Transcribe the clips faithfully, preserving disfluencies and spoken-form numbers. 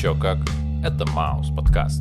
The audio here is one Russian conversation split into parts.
Чё как? Это Маус подкаст.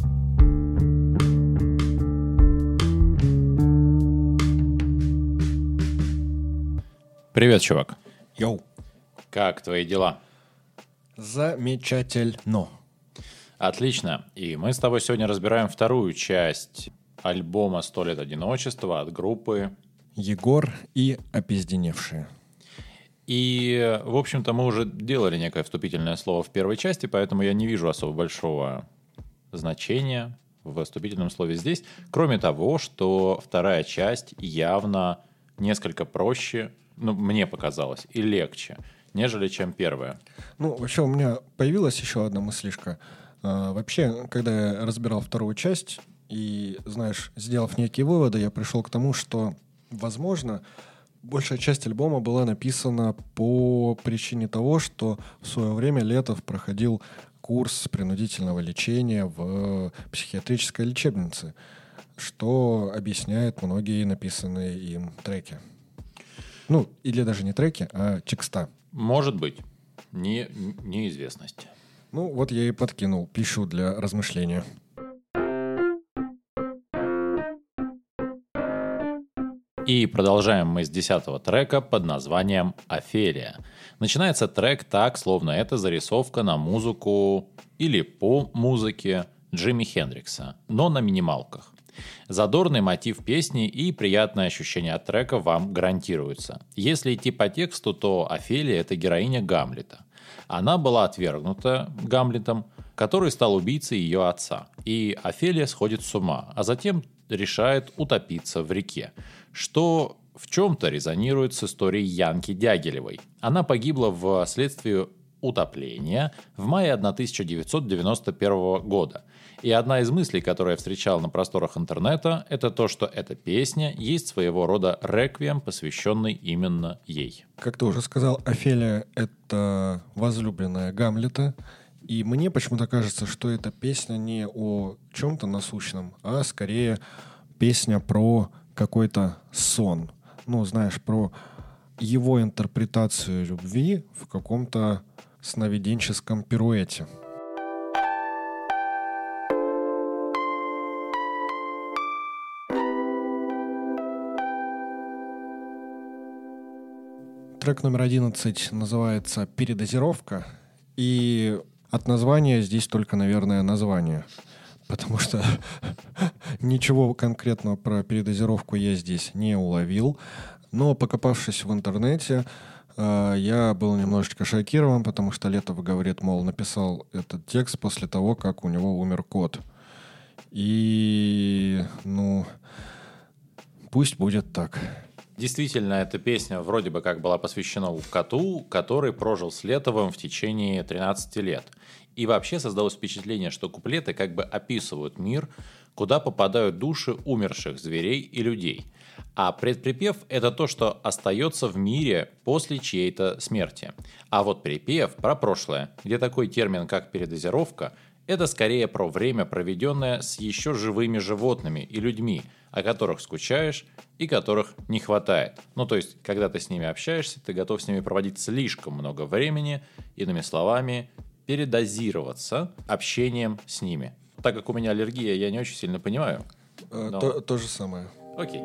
Привет, чувак. Йоу. Как твои дела? Замечательно. Отлично. И мы с тобой сегодня разбираем вторую часть альбома «Сто лет одиночества» от группы Егор и опизденевшие. И, в общем-то, мы уже делали некое вступительное слово в первой части, поэтому я не вижу особо большого значения в вступительном слове здесь, кроме того, что вторая часть явно несколько проще, ну, мне показалось, и легче, нежели чем первая. Ну, вообще, у меня появилась еще одна мыслишка. А, вообще, когда я разбирал вторую часть и, знаешь, сделав некие выводы, я пришел к тому, что, возможно, большая часть альбома была написана по причине того, что в свое время Летов проходил курс принудительного лечения в психиатрической лечебнице, что объясняет многие написанные им треки. Ну, или даже не треки, а текста. Может быть. Не, неизвестность. Ну, вот я и подкинул пищу для размышления. И продолжаем мы с десятого трека под названием «Офелия». Начинается трек так, словно это зарисовка на музыку или по музыке Джимми Хендрикса, но на минималках. Задорный мотив песни и приятное ощущение от трека вам гарантируются. Если идти по тексту, то Офелия – это героиня Гамлета. Она была отвергнута Гамлетом, который стал убийцей ее отца. И Офелия сходит с ума, а затем решает утопиться в реке, что в чем-то резонирует с историей Янки Дягилевой. Она погибла вследствие утопления в мае тысяча девятьсот девяносто первого года. И одна из мыслей, которую я встречал на просторах интернета, это то, что эта песня есть своего рода реквием, посвященный именно ей. Как ты уже сказал, Офелия — это возлюбленная Гамлета. И мне почему-то кажется, что эта песня не о чем-то насущном, а скорее песня про какой-то сон. Ну, знаешь, про его интерпретацию любви в каком-то сновиденческом пируэте. Трек номер одиннадцать называется «Передозировка». И от названия здесь только, наверное, название. Потому что ничего конкретного про передозировку я здесь не уловил. Но, покопавшись в интернете, э, я был немножечко шокирован, потому что Летов говорит, мол, написал этот текст после того, как у него умер кот. И, ну, пусть будет так. Действительно, эта песня вроде бы как была посвящена коту, который прожил с Летовым в течение тринадцати лет. И вообще создалось впечатление, что куплеты как бы описывают мир, куда попадают души умерших зверей и людей. А предприпев – это то, что остается в мире после чьей-то смерти. А вот припев про прошлое, где такой термин, как передозировка, это скорее про время, проведенное с еще живыми животными и людьми, о которых скучаешь и которых не хватает. Ну, то есть, когда ты с ними общаешься, ты готов с ними проводить слишком много времени, иными словами, передозироваться общением с ними. Так как у меня аллергия, я не очень сильно понимаю. Но... То, то же самое. Окей.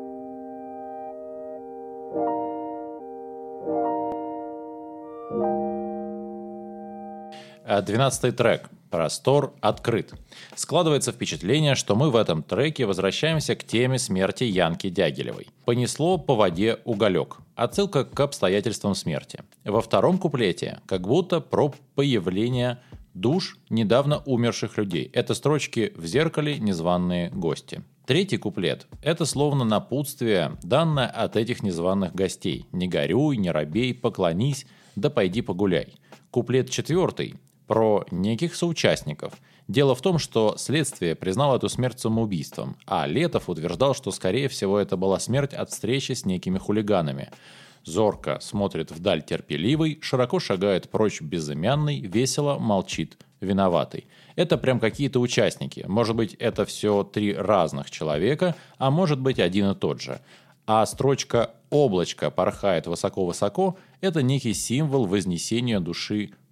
Двенадцатый трек. Простор открыт. Складывается впечатление, что мы в этом треке возвращаемся к теме смерти Янки Дягилевой. Понесло по воде уголек. Отсылка к обстоятельствам смерти. Во втором куплете как будто про появление душ недавно умерших людей. Это строчки «В зеркале незваные гости». Третий куплет – это словно напутствие, данное от этих незваных гостей. «Не горюй, не робей, поклонись, да пойди погуляй». Куплет четвертый – про неких соучастников. Дело в том, что следствие признало эту смерть самоубийством, а Летов утверждал, что, скорее всего, это была смерть от встречи с некими хулиганами. Зорко смотрит вдаль терпеливый, широко шагает прочь безымянный, весело молчит виноватый. Это прям какие-то участники. Может быть, это все три разных человека, а может быть, один и тот же. А строчка «облачко порхает высоко-высоко» — это некий символ вознесения души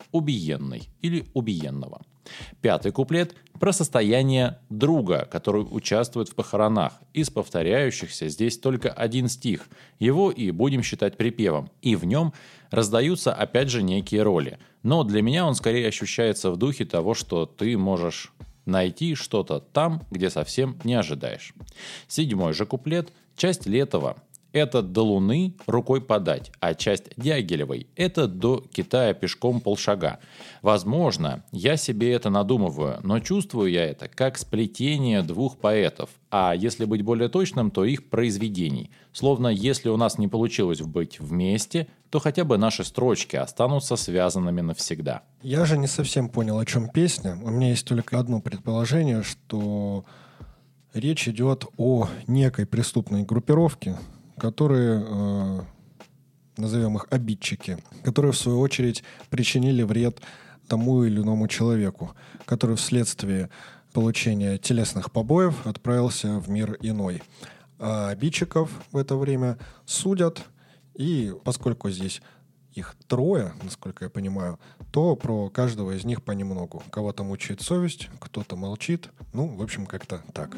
убиенный или убиенного. Пятый куплет про состояние друга, который участвует в похоронах. Из повторяющихся здесь только один стих. Его и будем считать припевом. И в нем раздаются опять же некие роли. Но для меня он скорее ощущается в духе того, что ты можешь найти что-то там, где совсем не ожидаешь. Седьмой же куплет – часть Летова. Это до Луны рукой подать, а часть Дягилевой – это до Китая пешком полшага. Возможно, я себе это надумываю, но чувствую я это как сплетение двух поэтов, а если быть более точным, то их произведений. Словно если у нас не получилось быть вместе, то хотя бы наши строчки останутся связанными навсегда. Я же не совсем понял, о чем песня. У меня есть только одно предположение, что речь идет о некой преступной группировке, которые, э, назовем их обидчики, которые, в свою очередь, причинили вред тому или иному человеку, который вследствие получения телесных побоев отправился в мир иной. А обидчиков в это время судят, и поскольку здесь их трое, насколько я понимаю, то про каждого из них понемногу. Кого-то мучает совесть, кто-то молчит. Ну, в общем, как-то так.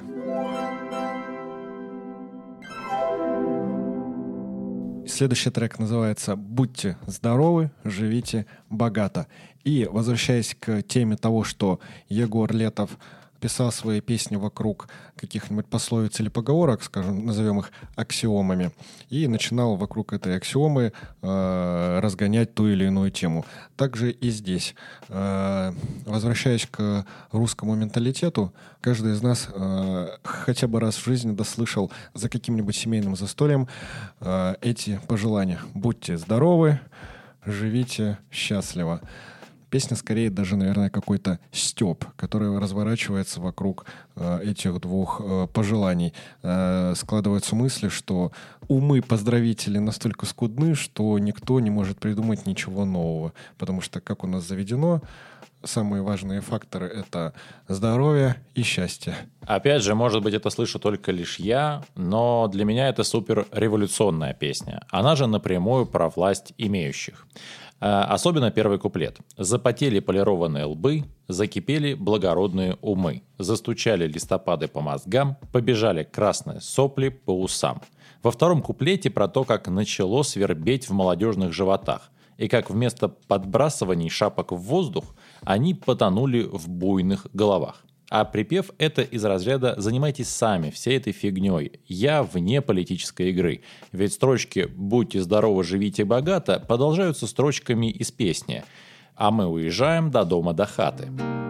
Следующий трек называется «Будьте здоровы, живите богато». И возвращаясь к теме того, что Егор Летов писал свои песни вокруг каких-нибудь пословиц или поговорок, скажем, назовем их аксиомами, и начинал вокруг этой аксиомы э, разгонять ту или иную тему. Также и здесь. Э, возвращаясь к русскому менталитету, каждый из нас э, хотя бы раз в жизни дослышал за каким-нибудь семейным застольем э, эти пожелания. Будьте здоровы, живите счастливо. Песня скорее даже, наверное, какой-то стёб, который разворачивается вокруг э, этих двух э, пожеланий. Э, складываются мысли, что умы поздравителей настолько скудны, что никто не может придумать ничего нового. Потому что, как у нас заведено, самые важные факторы — это здоровье и счастье. Опять же, может быть, это слышу только лишь я, но для меня это супер революционная песня. Она же напрямую про власть имеющих. Особенно первый куплет. «Запотели полированные лбы, закипели благородные умы, застучали листопады по мозгам, побежали красные сопли по усам». Во втором куплете про то, как начало свербеть в молодежных животах, и как вместо подбрасываний шапок в воздух они потонули в буйных головах. А припев — это из разряда «занимайтесь сами всей этой фигней, я вне политической игры». Ведь строчки «будьте здоровы, живите богато» продолжаются строчками из песни «а мы уезжаем до дома до хаты».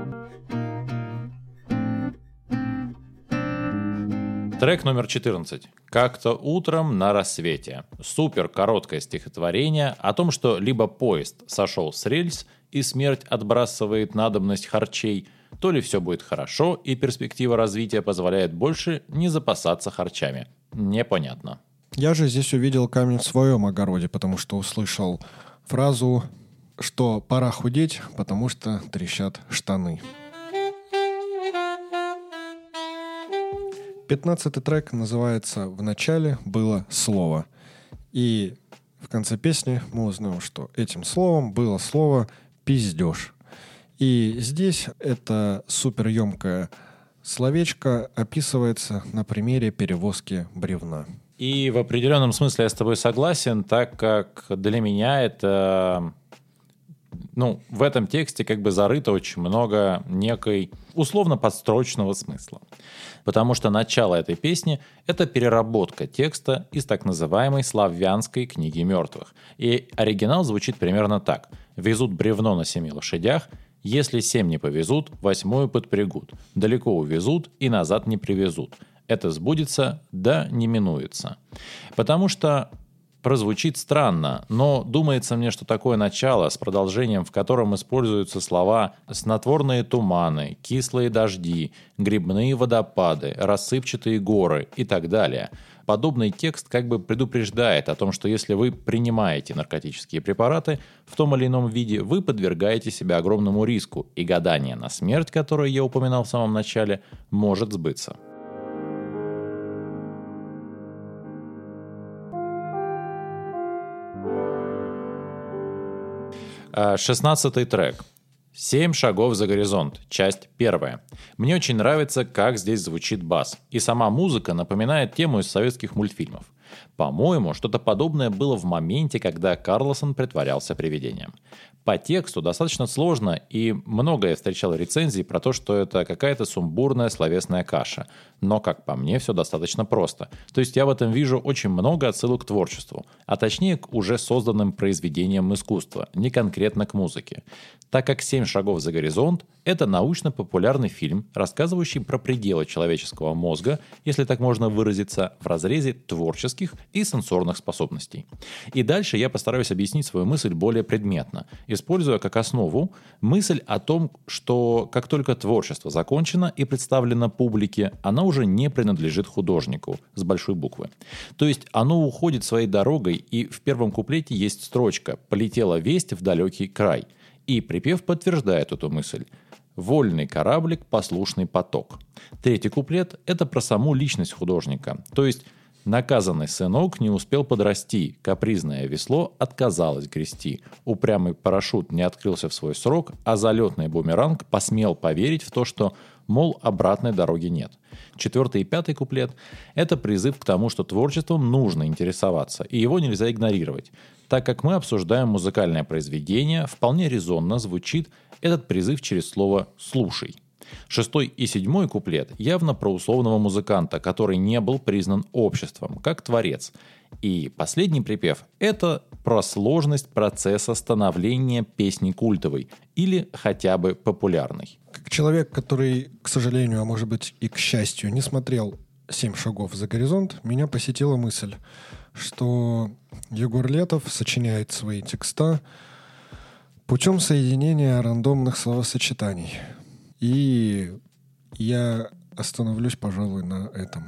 Трек номер четырнадцать. «Как-то утром на рассвете». Супер короткое стихотворение о том, что либо поезд сошел с рельс и смерть отбрасывает надобность харчей, то ли все будет хорошо и перспектива развития позволяет больше не запасаться харчами. Непонятно. Я же здесь увидел камень в своем огороде, потому что услышал фразу, что пора худеть, потому что трещат штаны. Пятнадцатый трек называется «В начале было слово». И в конце песни мы узнаем, что этим словом было слово «пиздеж». И здесь это суперемкое словечко описывается на примере перевозки бревна. И в определенном смысле я с тобой согласен, так как для меня это... Ну, в этом тексте как бы зарыто очень много некой условно подстрочного смысла. Потому что начало этой песни — это переработка текста из так называемой славянской книги мертвых. И оригинал звучит примерно так. «Везут бревно на семи лошадях, если семь не повезут, восьмую подпрягут. Далеко увезут и назад не привезут. Это сбудется, да не минуется». Потому что прозвучит странно, но думается мне, что такое начало с продолжением, в котором используются слова «снотворные туманы», «кислые дожди», «грибные водопады», «рассыпчатые горы» и так далее. Подобный текст как бы предупреждает о том, что если вы принимаете наркотические препараты в том или ином виде, вы подвергаете себя огромному риску, и гадание на смерть, которое я упоминал в самом начале, может сбыться. шестнадцатый трек. «Семь шагов за горизонт», часть первая. Мне очень нравится, как здесь звучит бас. И сама музыка напоминает тему из советских мультфильмов. По-моему, что-то подобное было в моменте, когда Карлсон притворялся привидением. По тексту достаточно сложно, и много я встречал рецензий про то, что это какая-то сумбурная словесная каша. Но, как по мне, все достаточно просто. То есть я в этом вижу очень много отсылок к творчеству, а точнее к уже созданным произведениям искусства, не конкретно к музыке. Так как «Семь шагов за горизонт» — это научно-популярный фильм, рассказывающий про пределы человеческого мозга, если так можно выразиться, в разрезе творческих и сенсорных способностей. И дальше я постараюсь объяснить свою мысль более предметно, используя как основу мысль о том, что как только творчество закончено и представлено публике, оно уже не принадлежит художнику с большой буквы. То есть оно уходит своей дорогой, и в первом куплете есть строчка «Полетела весть в далекий край». И припев подтверждает эту мысль. «Вольный кораблик, послушный поток». Третий куплет – это про саму личность художника. То есть наказанный сынок не успел подрасти, капризное весло отказалось грести, упрямый парашют не открылся в свой срок, а залетный бумеранг посмел поверить в то, что, мол, обратной дороги нет. Четвертый и пятый куплет – это призыв к тому, что творчеством нужно интересоваться, и его нельзя игнорировать. Так как мы обсуждаем музыкальное произведение, вполне резонно звучит этот призыв через слово «слушай». Шестой и седьмой куплет явно про условного музыканта, который не был признан обществом, как творец. И последний припев – это про сложность процесса становления песни культовой или хотя бы популярной. Как человек, который, к сожалению, а может быть и к счастью, не смотрел «Семь шагов за горизонт», меня посетила мысль, что Егор Летов сочиняет свои текста путем соединения рандомных словосочетаний. И я остановлюсь, пожалуй, на этом.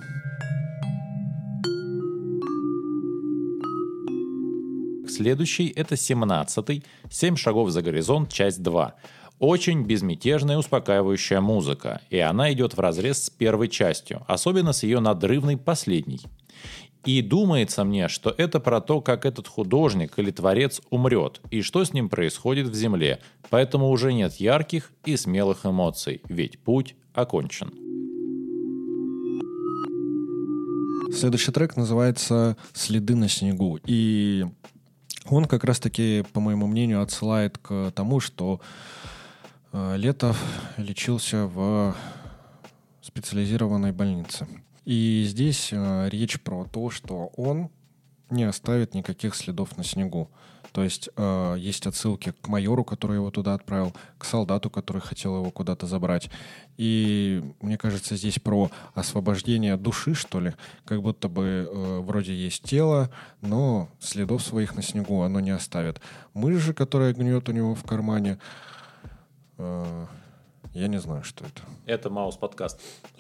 Следующий – это семнадцатый, «Семь шагов за горизонт», часть два. Очень безмятежная и успокаивающая музыка, и она идет вразрез с первой частью, особенно с ее надрывной последней. И думается мне, что это про то, как этот художник или творец умрет, и что с ним происходит в земле, поэтому уже нет ярких и смелых эмоций, ведь путь окончен. Следующий трек называется «Следы на снегу», и он как раз-таки, по моему мнению, отсылает к тому, что Летов лечился в специализированной больнице. И здесь э, речь про то, что он не оставит никаких следов на снегу. То есть э, есть отсылки к майору, который его туда отправил, к солдату, который хотел его куда-то забрать. И мне кажется, здесь про освобождение души, что ли. Как будто бы э, вроде есть тело, но следов своих на снегу оно не оставит. Мышь же, которая гниет у него в кармане, э, я не знаю, что это. Это Маус-подкаст.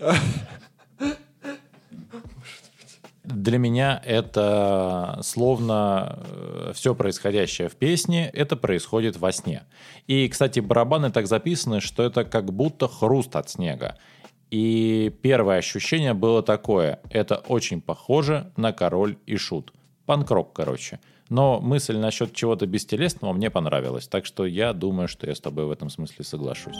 Для меня это словно все происходящее в песне, это происходит во сне. И, кстати, барабаны так записаны, что это как будто хруст от снега. И первое ощущение было такое: это очень похоже на «Король и Шут». Панк-рок, короче. Но мысль насчет чего-то бестелесного мне понравилась, так что я думаю, что я с тобой в этом смысле соглашусь.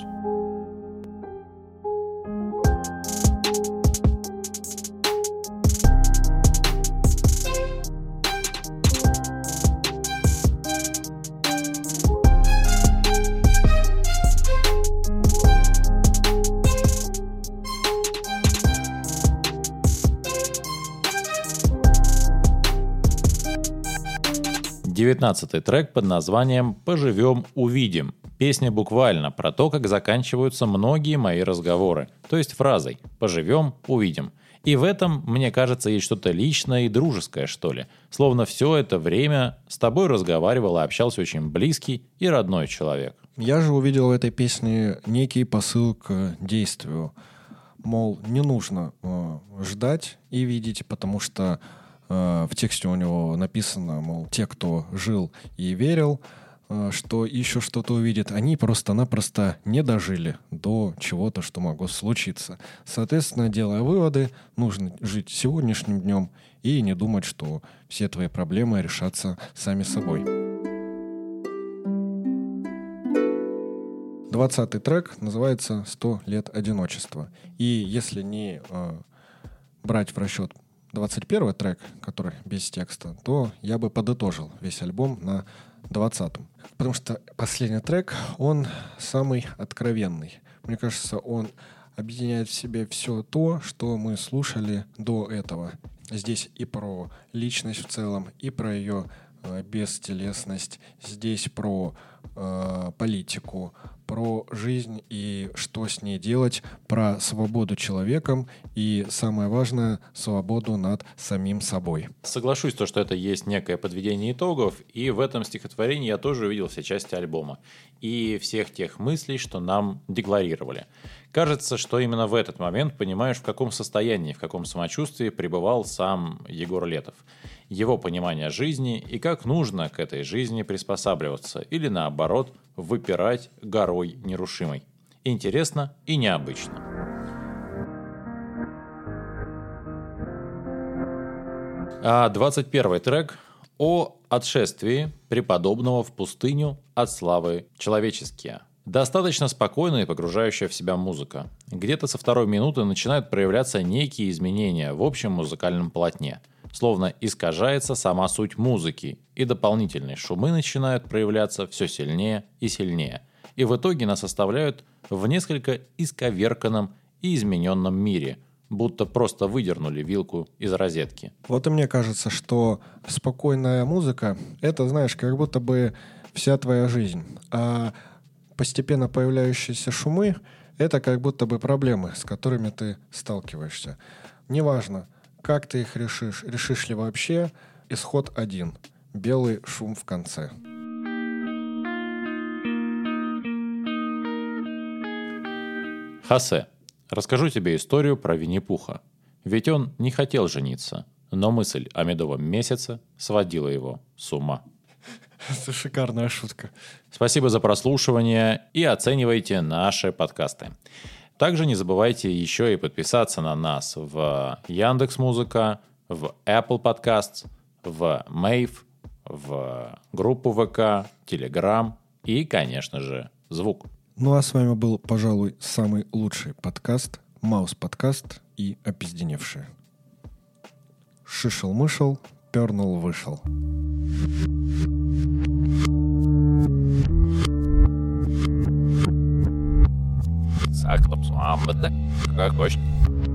девятнадцатый трек под названием «Поживем, увидим». Песня буквально про то, как заканчиваются многие мои разговоры, то есть фразой «поживем, увидим». И в этом, мне кажется, есть что-то личное и дружеское, что ли. Словно все это время с тобой разговаривал и общался очень близкий и родной человек. Я же увидел в этой песне некий посыл к действию. Мол, не нужно э, ждать и видеть, потому что в тексте у него написано, мол, те, кто жил и верил, что еще что-то увидит, они просто-напросто не дожили до чего-то, что могло случиться. Соответственно, делая выводы, нужно жить сегодняшним днем и не думать, что все твои проблемы решатся сами собой. двадцатый трек называется «Сто лет одиночества». И если не э, брать в расчет двадцать первый трек, который без текста, то я бы подытожил весь альбом на двадцатом. Потому что последний трек, он самый откровенный. Мне кажется, он объединяет в себе все то, что мы слушали до этого. Здесь и про личность в целом, и про ее э, бестелесность. Здесь про э, политику, про жизнь и что с ней делать, про свободу человеком и, самое важное, свободу над самим собой. Соглашусь, то, что это есть некое подведение итогов, и в этом стихотворении я тоже увидел все части альбома и всех тех мыслей, что нам декларировали. Кажется, что именно в этот момент понимаешь, в каком состоянии, в каком самочувствии пребывал сам Егор Летов. Его понимание жизни и как нужно к этой жизни приспосабливаться или, наоборот, выпирать горой нерушимой. Интересно и необычно. А двадцать первый трек о отшествии преподобного в пустыню от славы человеческие. Достаточно спокойная и погружающая в себя музыка. Где-то со второй минуты начинают проявляться некие изменения в общем музыкальном полотне. Словно искажается сама суть музыки, и дополнительные шумы начинают проявляться все сильнее и сильнее. И в итоге нас оставляют в несколько исковерканном и измененном мире, будто просто выдернули вилку из розетки. Вот и мне кажется, что спокойная музыка — это, знаешь, как будто бы вся твоя жизнь. А постепенно появляющиеся шумы — это как будто бы проблемы, с которыми ты сталкиваешься. Неважно, как ты их решишь, решишь ли вообще, исход один — белый шум в конце. Хосе, расскажу тебе историю про Винни-Пуха. Ведь он не хотел жениться, но мысль о медовом месяце сводила его с ума. Это шикарная шутка. Спасибо за прослушивание и оценивайте наши подкасты. Также не забывайте еще и подписаться на нас в Яндекс.Музыка, в Apple Podcasts, в Мэйв, в группу ВК, Телеграм и, конечно же, звук. Ну а с вами был, пожалуй, самый лучший подкаст, Маус-подкаст и опизденевшие. Шишел-мышел, пернул-вышел. Как хочешь.